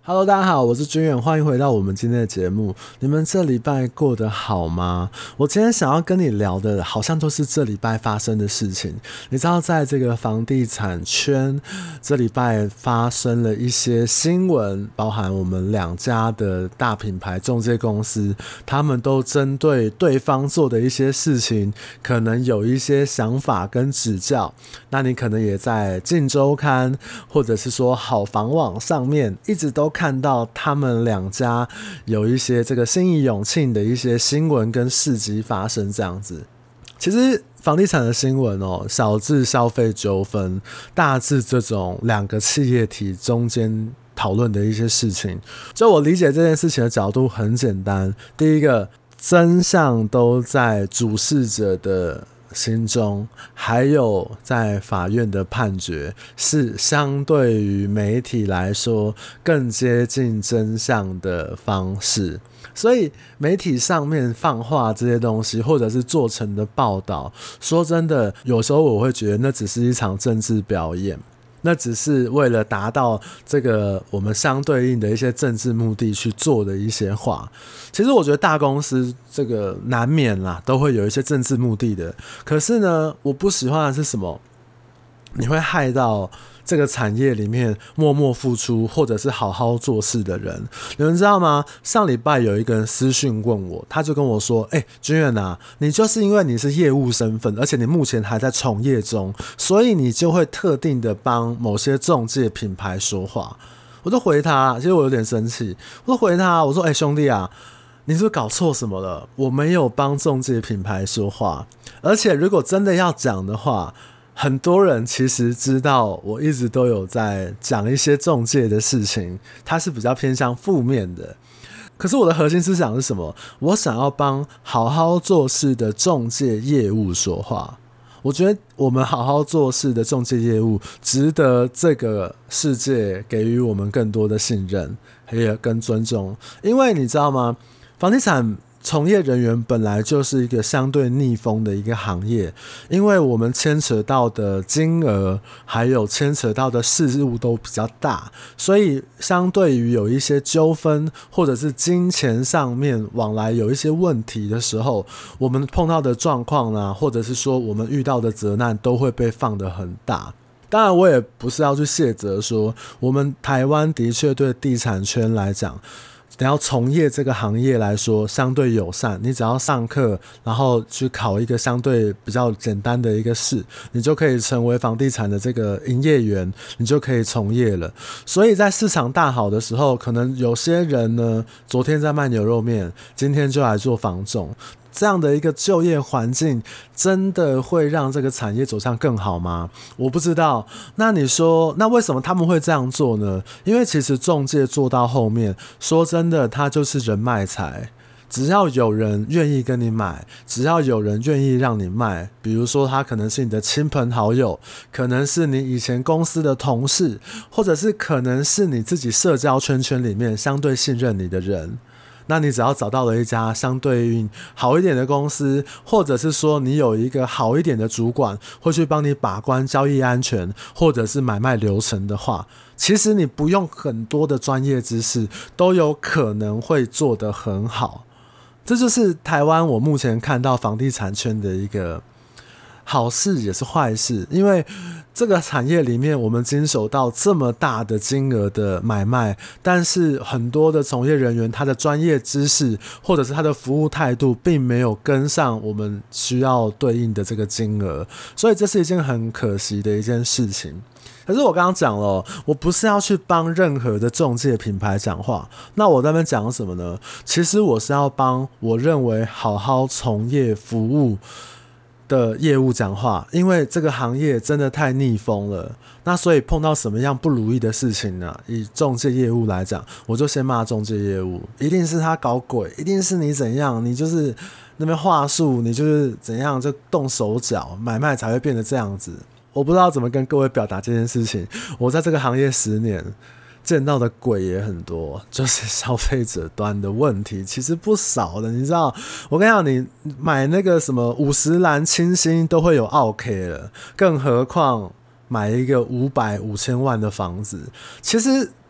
Hello，大家好，我是君远，欢迎回到我们今天的节目。你们这礼拜过得好吗？我今天想要跟你聊的，好像都是这礼拜发生的事情。你知道，在这个房地产圈，这礼拜发生了一些新闻，包含我们两家的大品牌中介公司，他们都针对对方做的一些事情，可能有一些想法跟指教。那你可能也在镜周刊，或者是说好房网上面，一直都看到他们两家有一些这个信义永庆的一些新闻跟事迹发生这样子。其实房地产的新闻小至消费纠纷，大至这种两个企业体中间讨论的一些事情，就我理解这件事情的角度很简单。第一个，真相都在主事者的心中，还有在法院的判决是相对于媒体来说更接近真相的方式。所以媒体上面放话这些东西，或者是做成的报道，说真的，有时候我会觉得那只是一场政治表演，那只是为了达到这个我们相对应的一些政治目的去做的一些话。其实我觉得大公司这个难免啦，都会有一些政治目的的。可是呢，我不喜欢的是什么？你会害到这个产业里面默默付出或者是好好做事的人。你们知道吗？上礼拜有一个人私讯问我，他就跟我说：君远啊，你就是因为你是业务身份，而且你目前还在从业中，所以你就会特定的帮某些仲介品牌说话。我就回他，其实我有点生气，我就回他，我说：兄弟啊，你是不是搞错什么了？我没有帮仲介品牌说话，而且如果真的要讲的话，很多人其实知道我一直都有在讲一些仲介的事情，它是比较偏向负面的。可是我的核心思想是什么？我想要帮好好做事的仲介业务说话。我觉得我们好好做事的仲介业务值得这个世界给予我们更多的信任也跟尊重。因为你知道吗？房地产从业人员本来就是一个相对逆风的一个行业，因为我们牵扯到的金额还有牵扯到的事物都比较大，所以相对于有一些纠纷或者是金钱上面往来有一些问题的时候，我们碰到的状况啊，或者是说我们遇到的责难都会被放得很大。当然我也不是要去卸责说我们台湾的确对地产圈来讲，你要从业这个行业来说相对友善，你只要上课然后去考一个相对比较简单的一个试，你就可以成为房地产的这个营业员，你就可以从业了。所以在市场大好的时候，可能有些人呢，昨天在卖牛肉面，今天就来做房仲，这样的一个就业环境真的会让这个产业走向更好吗？我不知道。那你说，那为什么他们会这样做呢？因为其实仲介做到后面，说真的，它就是人脉财。只要有人愿意跟你买，只要有人愿意让你卖，比如说他可能是你的亲朋好友，可能是你以前公司的同事，或者是可能是你自己社交圈里面相对信任你的人，那你只要找到了一家相对应好一点的公司，或者是说你有一个好一点的主管会去帮你把关交易安全或者是买卖流程的话，其实你不用很多的专业知识都有可能会做得很好。这就是台湾我目前看到房地产圈的一个好事也是坏事。因为这个产业里面我们经手到这么大的金额的买卖，但是很多的从业人员他的专业知识或者是他的服务态度并没有跟上我们需要对应的这个金额，所以这是一件很可惜的一件事情。可是我刚刚讲了，我不是要去帮任何的仲介品牌讲话，那我在那边讲什么呢？其实我是要帮我认为好好从业服务的业务讲话，因为这个行业真的太逆风了。那所以碰到什么样不如意的事情呢？以仲介业务来讲，我就先骂仲介业务，一定是他搞鬼，一定是你怎样，你就是那边话术，你就是怎样就动手脚，买卖才会变得这样子。我不知道怎么跟各位表达这件事情。我在这个行业10年，见到的鬼也很多，就是消费者端的问题其实不少的。你知道，我跟你讲，你买那个什么50蓝清新都会有OK了，更何况买一个500、5000万的房子，其实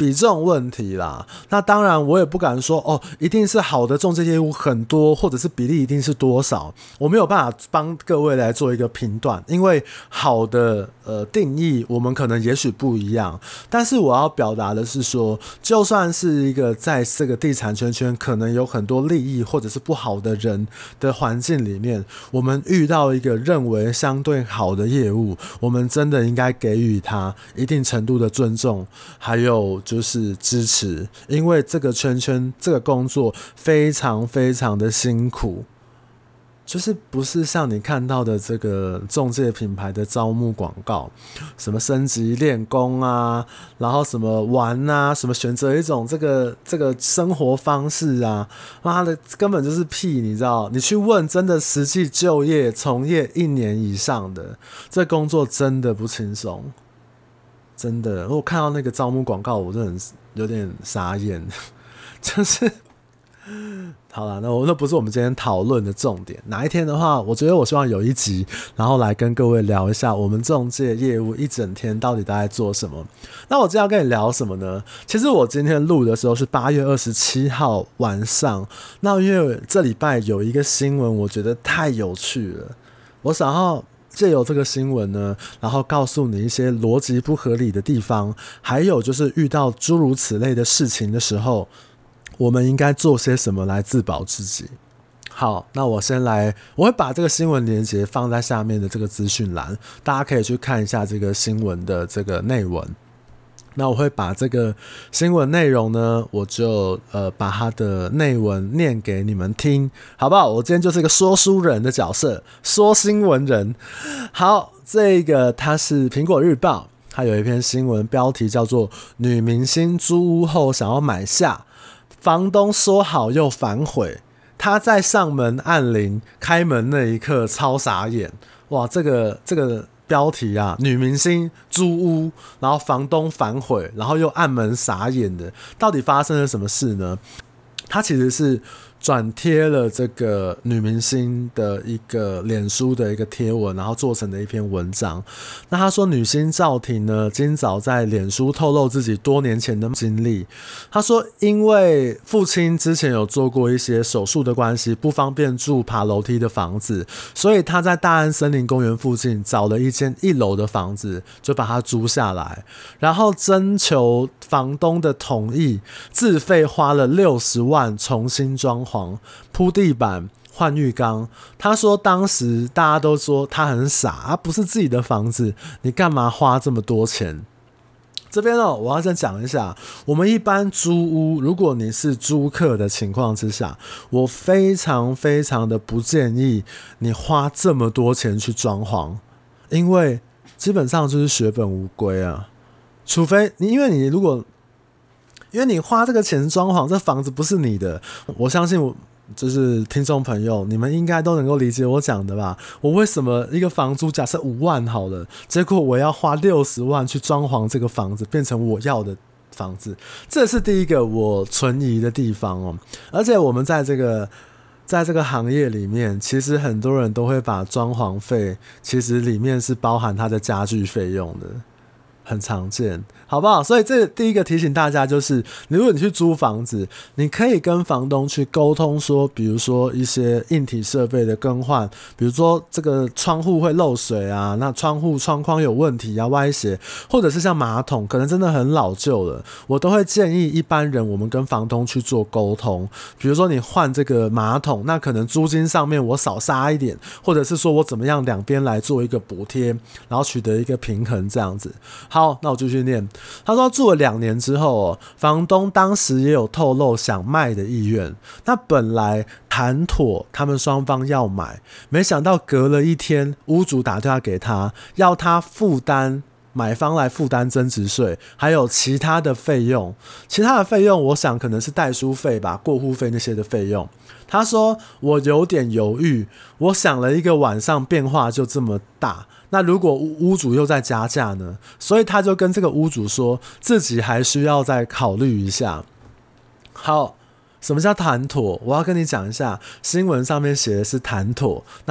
比重问题啦。那当然我也不敢说一定是好的中介业务很多，或者是比例一定是多少，我没有办法帮各位来做一个评断，因为好的定义我们可能也许不一样。但是我要表达的是说，就算是一个在这个地产圈可能有很多利益或者是不好的人的环境里面，我们遇到一个认为相对好的业务，我们真的应该给予他一定程度的尊重，还有就是支持，因为这个圈这个工作非常非常的辛苦，就是不是像你看到的这个仲介品牌的招募广告，什么升级练功啊，然后什么玩啊，什么选择一种这个生活方式啊，妈的根本就是屁，你知道？你去问真的实际就业从业1年以上的，这工作真的不轻松。真的，我看到那个招募广告，我真的有点傻眼，就是好啦，那不是我们今天讨论的重点。哪一天的话，我希望有一集，然后来跟各位聊一下我们仲介业务一整天到底大概做什么。那我今天要跟你聊什么呢？其实我今天录的时候是8月27号晚上，那因为这礼拜有一个新闻，我觉得太有趣了，我想要借由这个新闻呢，然后告诉你一些逻辑不合理的地方，还有就是遇到诸如此类的事情的时候，我们应该做些什么来自保自己。好，那我会把这个新闻连结放在下面的这个资讯栏，大家可以去看一下这个新闻的这个内文。那我会把这个新闻内容呢，我就把它的内文念给你们听，好不好？我今天就是一个说书人的角色，说新闻人。好，这个它是苹果日报，它有一篇新闻标题叫做“女明星租屋后想要买下，房东说好又反悔，她在上门按铃，开门那一刻超傻眼”。哇，这个标题啊，女明星租屋，然后房东反悔，然后又按门傻眼的，到底发生了什么事呢？它其实是转贴了这个女明星的一个脸书的一个贴文，然后做成的一篇文章。那他说，女星赵婷呢，今早在脸书透露自己多年前的经历。他说，因为父亲之前有做过一些手术的关系，不方便住爬楼梯的房子，所以他在大安森林公园附近找了一间1楼的房子，就把它租下来，然后征求房东的同意，自费花了60万重新装潢，铺地板，换浴缸。他说当时大家都说他很傻，不是自己的房子，你干嘛花这么多钱？这边我要再讲一下，我们一般租屋，如果你是租客的情况之下，我非常非常的不建议你花这么多钱去装潢，因为基本上就是血本无归啊。除非因为你花这个钱装潢，这房子不是你的，我相信就是听众朋友，你们应该都能够理解我讲的吧？我为什么一个房租假设5万好了，结果我要花60万去装潢这个房子，变成我要的房子？这是第一个我存疑的地方哦。而且我们在这个行业里面，其实很多人都会把装潢费，其实里面是包含他的家具费用的。很常见，好不好？所以这第一个提醒大家就是，如果你去租房子，你可以跟房东去沟通说，比如说一些硬体设备的更换，比如说这个窗户会漏水啊，那窗框有问题啊，歪斜，或者是像马桶可能真的很老旧了，我都会建议一般人我们跟房东去做沟通。比如说你换这个马桶，那可能租金上面我少杀一点，或者是说我怎么样两边来做一个补贴，然后取得一个平衡这样子。好，那我继续念。他说住了2年之后房东当时也有透露想卖的意愿。那本来谈妥他们双方要买，没想到隔了1天，屋主打电话给他，要他买方来负担增值税，还有其他的费用。其他的费用，我想可能是代书费吧，过户费那些的费用。他说我有点犹豫，我想了一个晚上，变化就这么大。那如果屋主又在加价呢？所以他就跟这个屋主说，自己还需要再考虑一下。好，什么叫谈妥？我要跟你讲一下，新闻上面写的是谈妥。那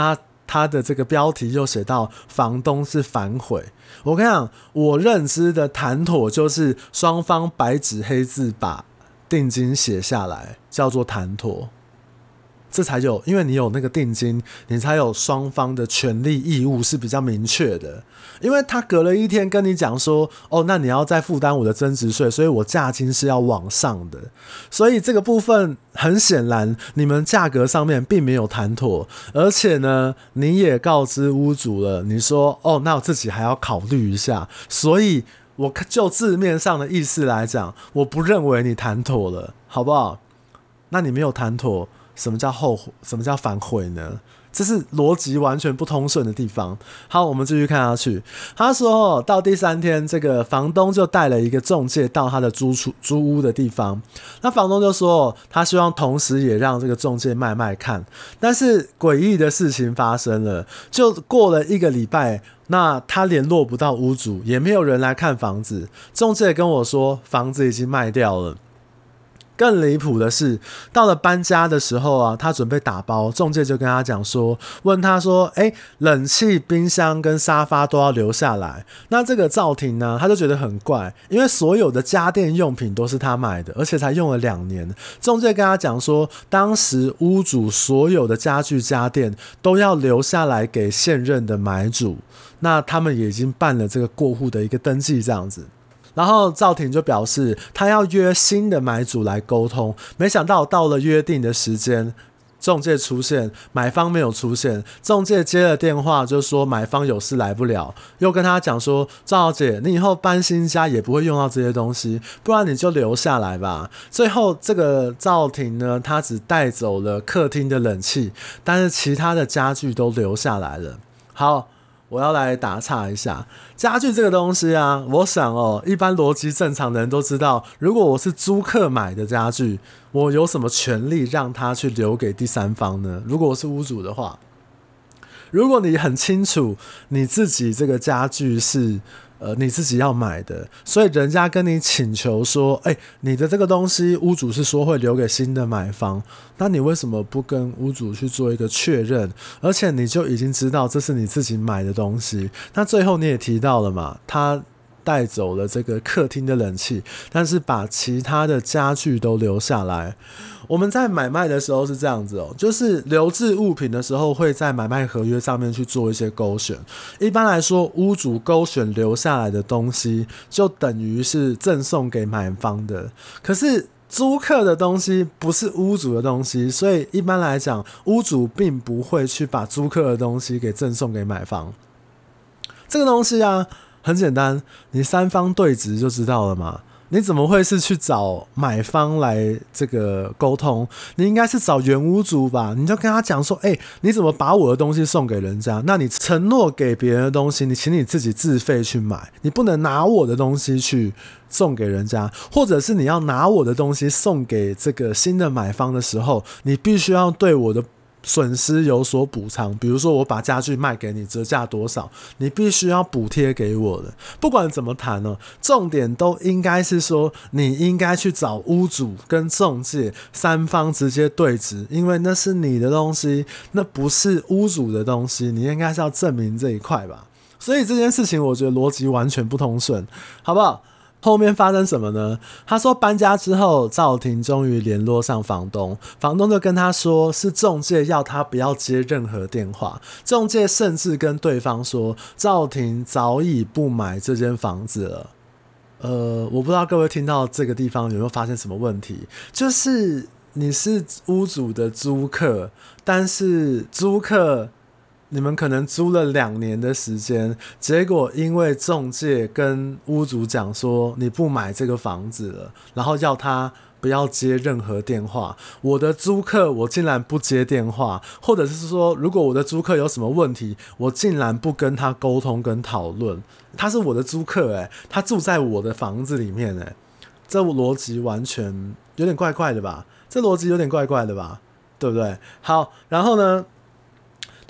他的这个标题又写到房东是反悔。我跟你讲，我认知的谈妥就是双方白纸黑字把定金写下来，叫做谈妥。这才有，因为你有那个定金，你才有双方的权利义务是比较明确的。因为他隔了一天跟你讲说，哦，那你要再负担我的增值税，所以我价金是要往上的。所以这个部分很显然，你们价格上面并没有谈妥，而且呢，你也告知屋主了，你说，哦，那我自己还要考虑一下。所以我就字面上的意思来讲，我不认为你谈妥了，好不好？那你没有谈妥。什么叫后悔？什么叫反悔呢？这是逻辑完全不通顺的地方。好，我们继续看下去。他说，到第3天，这个房东就带了一个仲介到他的租屋的地方。那房东就说，他希望同时也让这个仲介卖看。但是诡异的事情发生了，就过了1个礼拜，那他联络不到屋主，也没有人来看房子。仲介跟我说，房子已经卖掉了。更离谱的是，到了搬家的时候啊，他准备打包，仲介就跟他讲说，问他说，冷气、冰箱跟沙发都要留下来。那这个赵婷呢，他就觉得很怪，因为所有的家电用品都是他买的，而且才用了2年。仲介跟他讲说，当时屋主所有的家具家电都要留下来给现任的买主，那他们也已经办了这个过户的一个登记这样子。然后赵婷就表示，他要约新的买主来沟通，没想到到了约定的时间，仲介出现，买方没有出现。仲介接了电话就说买方有事来不了，又跟他讲说，赵小姐，你以后搬新家也不会用到这些东西，不然你就留下来吧。最后这个赵婷呢，他只带走了客厅的冷气，但是其他的家具都留下来了。好，我要来打岔一下，家具这个东西啊，我想一般逻辑正常的人都知道，如果我是租客买的家具，我有什么权利让他去留给第三方呢？如果我是屋主的话，如果你很清楚你自己这个家具是你自己要买的，所以人家跟你请求说，你的这个东西屋主是说会留给新的买方，那你为什么不跟屋主去做一个确认？而且你就已经知道这是你自己买的东西，那最后你也提到了嘛，他带走了这个客厅的冷气，但是把其他的家具都留下来。我们在买卖的时候是这样子就是留置物品的时候会在买卖合约上面去做一些勾选。一般来说，屋主勾选留下来的东西就等于是赠送给买方的，可是租客的东西不是屋主的东西，所以一般来讲，屋主并不会去把租客的东西给赠送给买方。这个东西啊，很简单，你3方对质就知道了嘛。你怎么会是去找买方来这个沟通？你应该是找原屋主吧？你就跟他讲说，你怎么把我的东西送给人家？那你承诺给别人的东西，你请你自己自费去买，你不能拿我的东西去送给人家，或者是你要拿我的东西送给这个新的买方的时候，你必须要对我的损失有所补偿。比如说我把家具卖给你，折价多少，你必须要补贴给我的。不管怎么谈重点都应该是说，你应该去找屋主跟仲介3方直接对质，因为那是你的东西，那不是屋主的东西，你应该是要证明这一块吧。所以这件事情我觉得逻辑完全不通顺，好不好？后面发生什么呢？他说搬家之后，赵婷终于联络上房东，房东就跟他说是仲介要他不要接任何电话，仲介甚至跟对方说赵婷早已不买这间房子了。我不知道各位听到这个地方有没有发现什么问题，就是你是屋主的租客，但是租客你们可能租了2年的时间，结果因为仲介跟屋主讲说你不买这个房子了，然后要他不要接任何电话。我的租客我竟然不接电话，或者是说如果我的租客有什么问题，我竟然不跟他沟通跟讨论。他是我的租客他住在我的房子里面这逻辑完全有点怪怪的吧？这逻辑有点怪怪的吧？对不对？好，然后呢？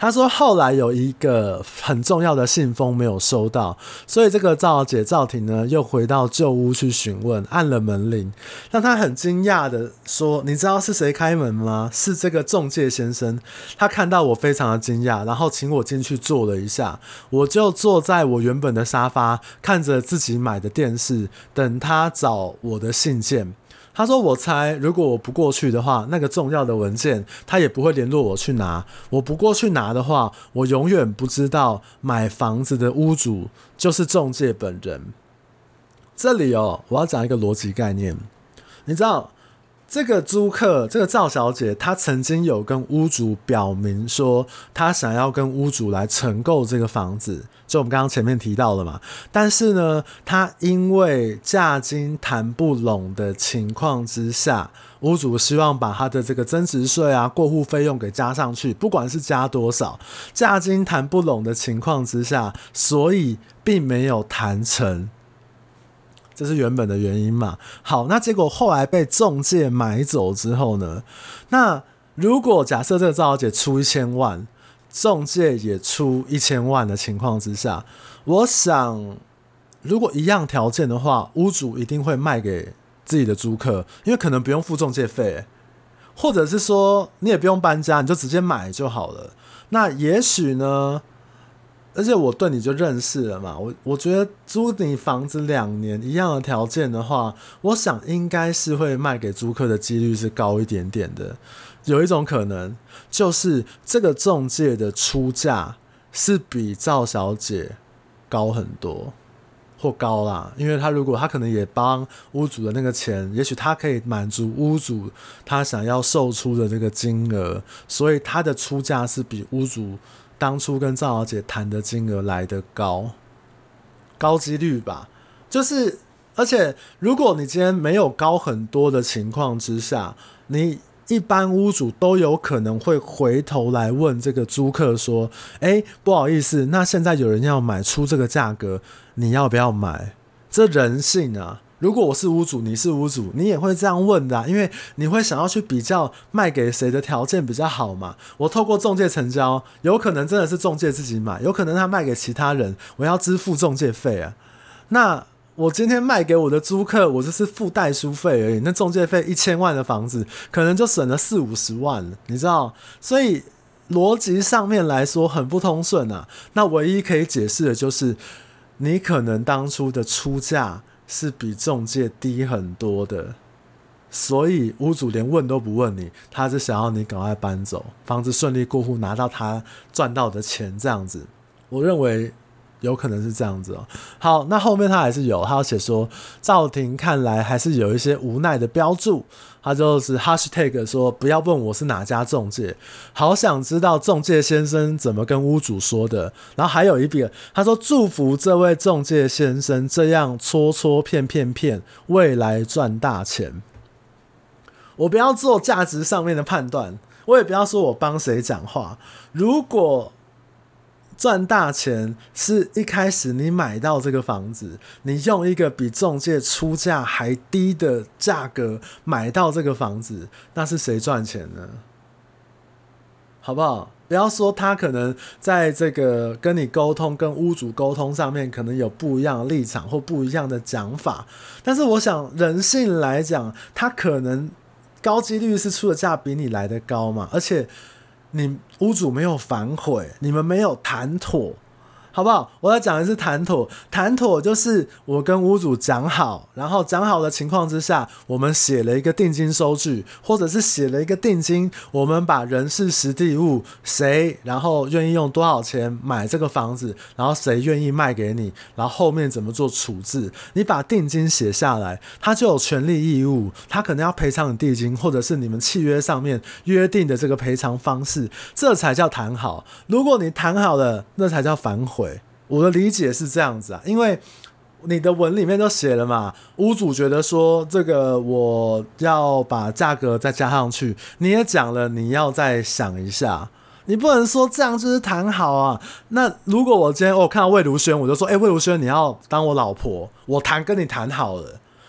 他说后来有一个很重要的信封没有收到，所以这个赵小姐赵婷呢又回到旧屋去询问，按了门铃，让他很惊讶的说：“你知道是谁开门吗？是这个仲介先生。”他看到我非常的惊讶，然后请我进去坐了一下，我就坐在我原本的沙发，看着自己买的电视，等他找我的信件。他说：“我猜，如果我不过去的话，那个重要的文件他也不会联络我去拿。我不过去拿的话，我永远不知道买房子的屋主就是仲介本人。”这里我要讲一个逻辑概念，你知道这个租客，这个赵小姐，她曾经有跟屋主表明说，她想要跟屋主来承购这个房子，就我们刚刚前面提到了嘛。但是呢，她因为价金谈不拢的情况之下，屋主希望把他的这个增值税啊、过户费用给加上去，不管是加多少，价金谈不拢的情况之下，所以并没有谈成。这是原本的原因嘛？好，那结果后来被仲介买走之后呢？那如果假设这个赵小姐出1000万，仲介也出1000万的情况之下，我想如果一样条件的话，屋主一定会卖给自己的租客，因为可能不用付仲介费，或者是说你也不用搬家，你就直接买就好了。那也许呢？而且我对你就认识了嘛，我觉得租你房子2年一样的条件的话，我想应该是会卖给租客的几率是高一点点的。有一种可能就是这个仲介的出价是比赵小姐高很多，或高啦，因为他可能也帮屋主的那个钱，也许他可以满足屋主他想要售出的这个金额，所以他的出价是比屋主当初跟赵小姐谈的金额来得高几率吧。就是而且如果你今天没有高很多的情况之下，你一般屋主都有可能会回头来问这个租客说：“不好意思，那现在有人要买出这个价格，你要不要买？”这人性啊！如果我是屋主，你是屋主，你也会这样问的因为你会想要去比较卖给谁的条件比较好嘛。我透过仲介成交，有可能真的是仲介自己买，有可能他卖给其他人，我要支付仲介费啊。那我今天卖给我的租客，我就是付代书费而已，那仲介费1000万的房子，可能就省了40-50万了，你知道？所以逻辑上面来说很不通顺啊。那唯一可以解释的就是，你可能当初的出价是比仲介低很多的，所以屋主连问都不问你，他是想要你赶快搬走，房子顺利过户，拿到他赚到的钱，这样子。我认为有可能是这样子好，那后面他还是有，他要写说赵婷看来还是有一些无奈的标注，他就是 hashtag 说不要问我是哪家仲介，好想知道仲介先生怎么跟屋主说的。然后还有一笔，他说祝福这位仲介先生这样戳戳骗骗骗，未来赚大钱。我不要做价值上面的判断，我也不要说我帮谁讲话。如果赚大钱是一开始你买到这个房子，你用一个比仲介出价还低的价格买到这个房子，那是谁赚钱呢？好不好？不要说他可能在这个跟你沟通、跟屋主沟通上面可能有不一样的立场或不一样的讲法，但是我想人性来讲，他可能高几率是出的价比你来的高嘛，而且你屋主没有反悔，你们没有谈妥，好不好？我要讲的是谈妥，谈妥就是我跟屋主讲好，然后讲好的情况之下，我们写了一个定金收据，或者是写了一个定金，我们把人事实地物谁，然后愿意用多少钱买这个房子，然后谁愿意卖给你，然后后面怎么做处置，你把定金写下来，他就有权利义务，他可能要赔偿你定金，或者是你们契约上面约定的这个赔偿方式，这才叫谈好。如果你谈好了，那才叫反悔。我的理解是这样子因为你的文里面都写了嘛，屋主觉得说这个我要把价格再加上去，你也讲了你要再想一下，你不能说这样就是谈好啊。那如果我今天看到魏如萱，我就说魏如萱你要当我老婆，我跟你谈好了，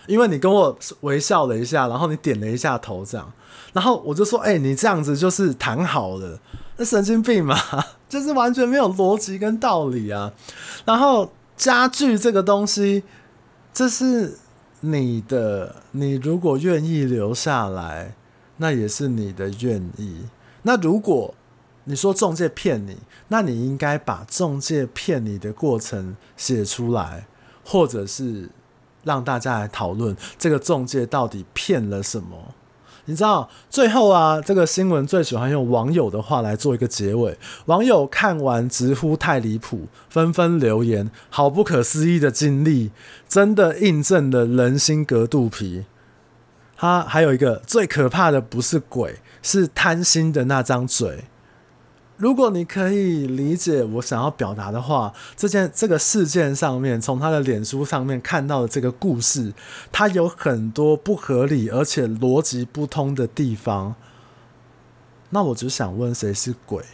因为你跟我微笑了一下，然后你点了一下头这样，然后我就说你这样子就是谈好了，那神经病嘛，就是完全没有逻辑跟道理啊。然后家具这个东西，这是你的，你如果愿意留下来，那也是你的愿意。那如果你说仲介骗你，那你应该把仲介骗你的过程写出来，或者是让大家来讨论这个仲介到底骗了什么。你知道最后啊，这个新闻最喜欢用网友的话来做一个结尾。网友看完直呼太离谱，纷纷留言：好不可思议的经历，真的印证了人心隔肚皮。他还有一个最可怕的不是鬼，是贪心的那张嘴。如果你可以理解我想要表达的话，这个事件上面，从他的脸书上面看到的这个故事，它有很多不合理而且逻辑不通的地方。那我只想问，谁是鬼？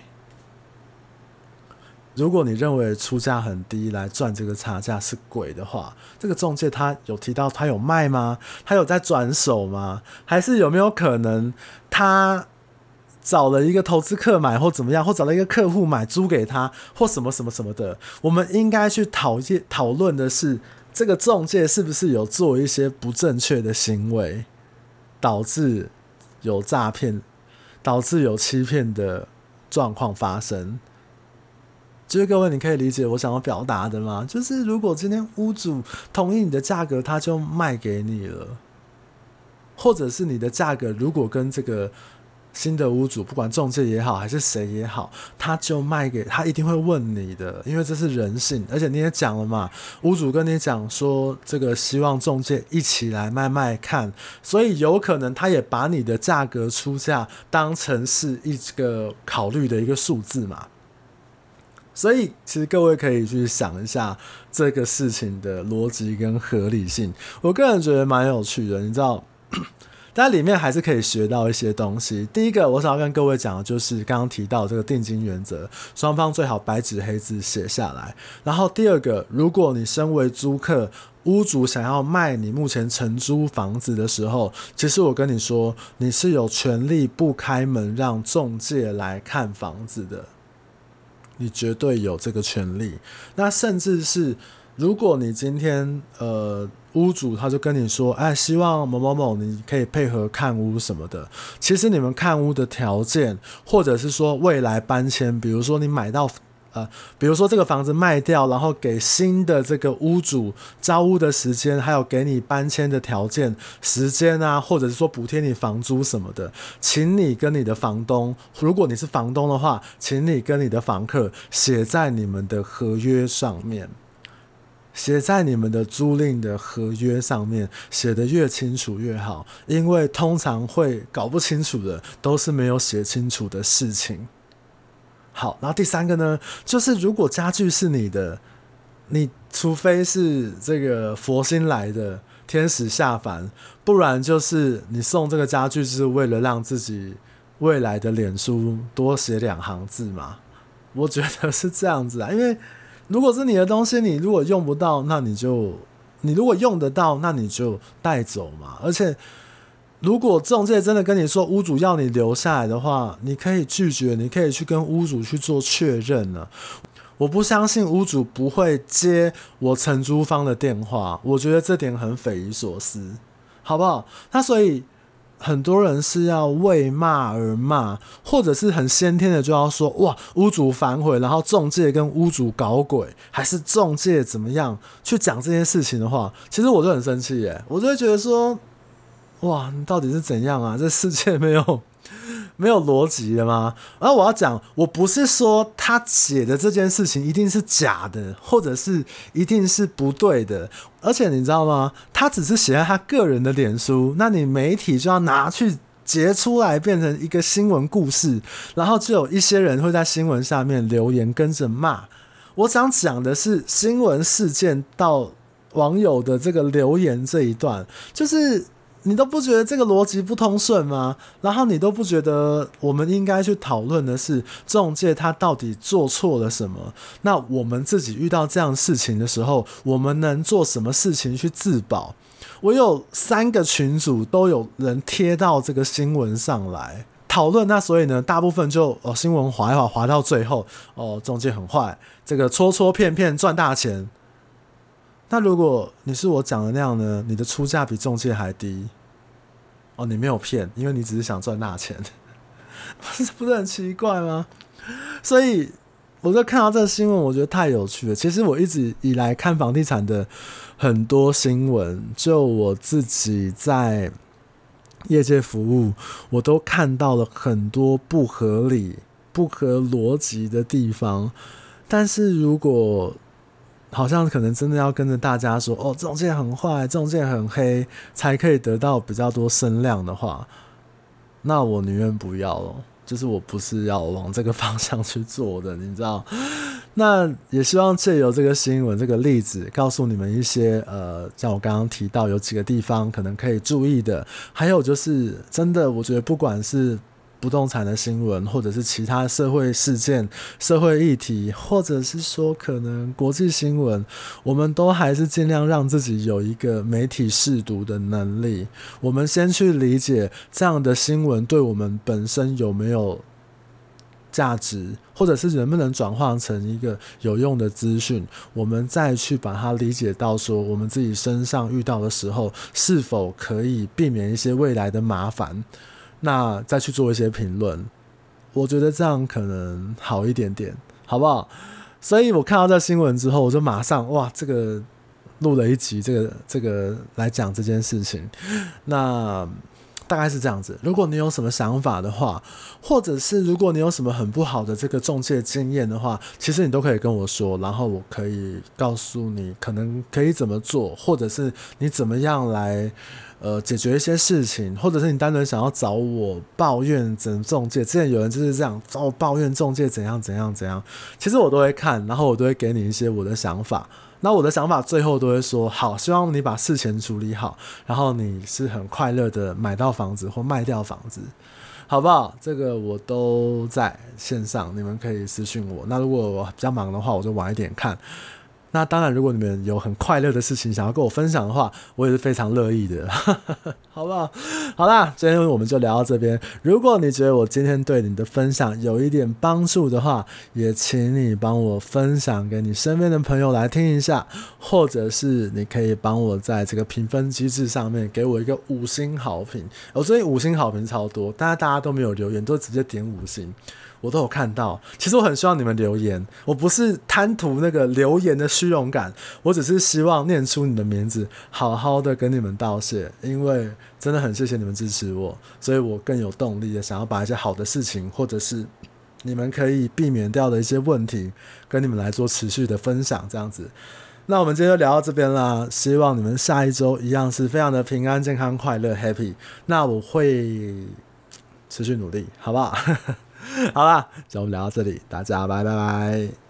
如果你认为出价很低来赚这个差价是鬼的话，这个仲介他有提到他有卖吗？他有在转手吗？还是有没有可能他找了一个投资客买或怎么样，或找了一个客户买租给他或什么什么什么的？我们应该去讨论的是，这个仲介是不是有做一些不正确的行为，导致有诈骗，导致有欺骗的状况发生。就是各位，你可以理解我想要表达的吗？就是如果今天屋主同意你的价格，他就卖给你了，或者是你的价格如果跟这个新的屋主，不管仲介也好还是谁也好，他就卖给他，一定会问你的，因为这是人性。而且你也讲了嘛，屋主跟你讲说这个希望仲介一起来卖卖看，所以有可能他也把你的价格出价当成是一个考虑的一个数字嘛。所以其实各位可以去想一下这个事情的逻辑跟合理性，我个人觉得蛮有趣的，你知道但里面还是可以学到一些东西。第一个我想要跟各位讲的就是刚刚提到这个定金原则，双方最好白纸黑字写下来。然后第二个，如果你身为租客，屋主想要卖你目前承租房子的时候，其实我跟你说，你是有权利不开门让仲介来看房子的，你绝对有这个权利。那甚至是如果你今天屋主他就跟你说，希望某某某你可以配合看屋什么的，其实你们看屋的条件，或者是说未来搬迁，比如说你买到比如说这个房子卖掉，然后给新的这个屋主交屋的时间，还有给你搬迁的条件时间啊，或者是说补贴你房租什么的，请你跟你的房东，如果你是房东的话，请你跟你的房客写在你们的合约上面，写在你们的租赁的合约上面，写得越清楚越好，因为通常会搞不清楚的都是没有写清楚的事情。好，然后第三个呢，就是如果家具是你的，你除非是这个佛心来的天使下凡，不然就是你送这个家具是为了让自己未来的脸书多写2行字嘛。我觉得是这样子啊，因为如果是你的东西，你如果用不到，那你如果用得到，那你就带走嘛。而且如果仲介真的跟你说屋主要你留下来的话，你可以拒绝，你可以去跟屋主去做确认了。我不相信屋主不会接我承租方的电话，我觉得这点很匪夷所思，好不好？那所以很多人是要为骂而骂，或者是很先天的就要说哇屋主反悔，然后仲介跟屋主搞鬼，还是仲介怎么样去讲这件事情的话，其实我就很生气耶，我就会觉得说哇，你到底是怎样啊？这世界没有逻辑的吗？而我要讲，我不是说他写的这件事情一定是假的，或者是一定是不对的。而且你知道吗？他只是写在他个人的脸书，那你媒体就要拿去截出来变成一个新闻故事，然后就有一些人会在新闻下面留言跟着骂。我想讲的是新闻事件到网友的这个留言这一段，就是你都不觉得这个逻辑不通顺吗？然后你都不觉得我们应该去讨论的是仲介他到底做错了什么？那我们自己遇到这样的事情的时候，我们能做什么事情去自保？ 我有3个群组都有人贴到这个新闻上来讨论，那所以呢，大部分就新闻滑一滑，滑到最后中介很坏，这个戳戳骗骗赚大钱。那如果你是我讲的那样呢，你的出价比中介还低，你没有骗，因为你只是想赚大钱，不是很奇怪吗？所以我就看到这个新闻，我觉得太有趣了。其实我一直以来看房地产的很多新闻，就我自己在业界服务，我都看到了很多不合理、不合逻辑的地方。但是如果好像可能真的要跟着大家说中介很坏，中介很黑，才可以得到比较多声量的话，那我宁愿不要了。就是我不是要往这个方向去做的，你知道。那也希望借由这个新闻这个例子告诉你们一些像我刚刚提到有几个地方可能可以注意的。还有就是真的我觉得不管是不动产的新闻，或者是其他社会事件、社会议题，或者是说可能国际新闻，我们都还是尽量让自己有一个媒体识读的能力。我们先去理解这样的新闻对我们本身有没有价值，或者是能不能转化成一个有用的资讯，我们再去把它理解到说我们自己身上遇到的时候，是否可以避免一些未来的麻烦，那再去做一些评论。我觉得这样可能好一点点，好不好？所以我看到这新闻之后，我就马上这个录了一集这个来讲这件事情。那大概是这样子。如果你有什么想法的话，或者是如果你有什么很不好的这个中介经验的话，其实你都可以跟我说，然后我可以告诉你可能可以怎么做，或者是你怎么样来解决一些事情，或者是你单纯想要找我抱怨中介。之前有人就是这样找我抱怨中介怎样怎样怎样，其实我都会看，然后我都会给你一些我的想法。那我的想法最后都会说好，希望你把事前处理好，然后你是很快乐的买到房子或卖掉房子，好不好？这个我都在线上，你们可以私讯我。那如果我比较忙的话，我就晚一点看。那当然如果你们有很快乐的事情想要跟我分享的话，我也是非常乐意的好不好？好啦，今天我们就聊到这边。如果你觉得我今天对你的分享有一点帮助的话，也请你帮我分享给你身边的朋友来听一下，或者是你可以帮我在这个评分机制上面给我一个5星好评。我最近5星好评超多，但是大家都没有留言，都直接点5星，我都有看到。其实我很希望你们留言，我不是贪图那个留言的虚荣感，我只是希望念出你的名字，好好的跟你们道谢，因为真的很谢谢你们支持我，所以我更有动力的想要把一些好的事情，或者是你们可以避免掉的一些问题，跟你们来做持续的分享，这样子。那我们今天就聊到这边啦，希望你们下一周一样是非常的平安、健康、快乐、happy。那我会持续努力，好不好？好啦，就我们聊到这里，大家拜拜拜。